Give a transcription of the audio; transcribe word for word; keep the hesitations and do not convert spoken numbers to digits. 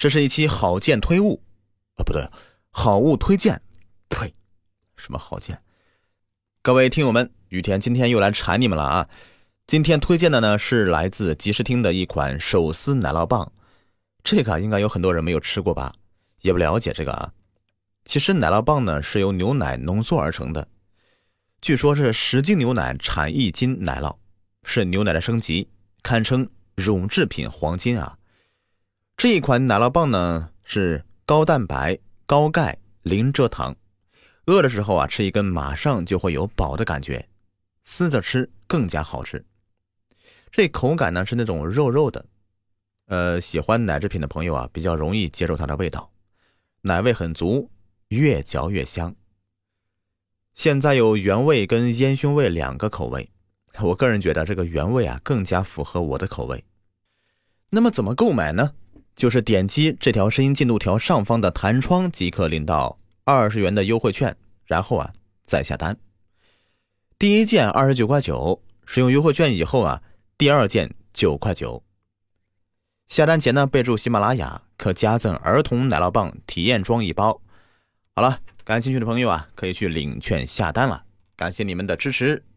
这是一期好见推物啊，不对，好物推荐。呸，什么好见？各位听友们，雨田今天又来馋你们了啊！今天推荐的呢是来自吉士汀的一款手撕奶酪棒，这个应该有很多人没有吃过吧，也不了解这个啊。其实奶酪棒呢是由牛奶浓缩而成的，据说是十斤牛奶产一斤奶酪，是牛奶的升级，堪称乳制品黄金啊。这一款奶酪棒呢是高蛋白、高钙、零蔗糖，饿的时候啊吃一根马上就会有饱的感觉，撕着吃更加好吃。这口感呢是那种肉肉的，呃，喜欢奶制品的朋友啊比较容易接受它的味道，奶味很足，越嚼越香。现在有原味跟烟熏味两个口味，我个人觉得这个原味啊更加符合我的口味。那么怎么购买呢？就是点击这条声音进度条上方的弹窗即可领到二十元的优惠券，然后啊再下单。第一件二十九块九，使用优惠券以后啊，第二件九块九。下单前呢备注喜马拉雅，可加赠儿童奶酪棒体验装一包。好了，感兴趣的朋友啊可以去领券下单了，感谢你们的支持。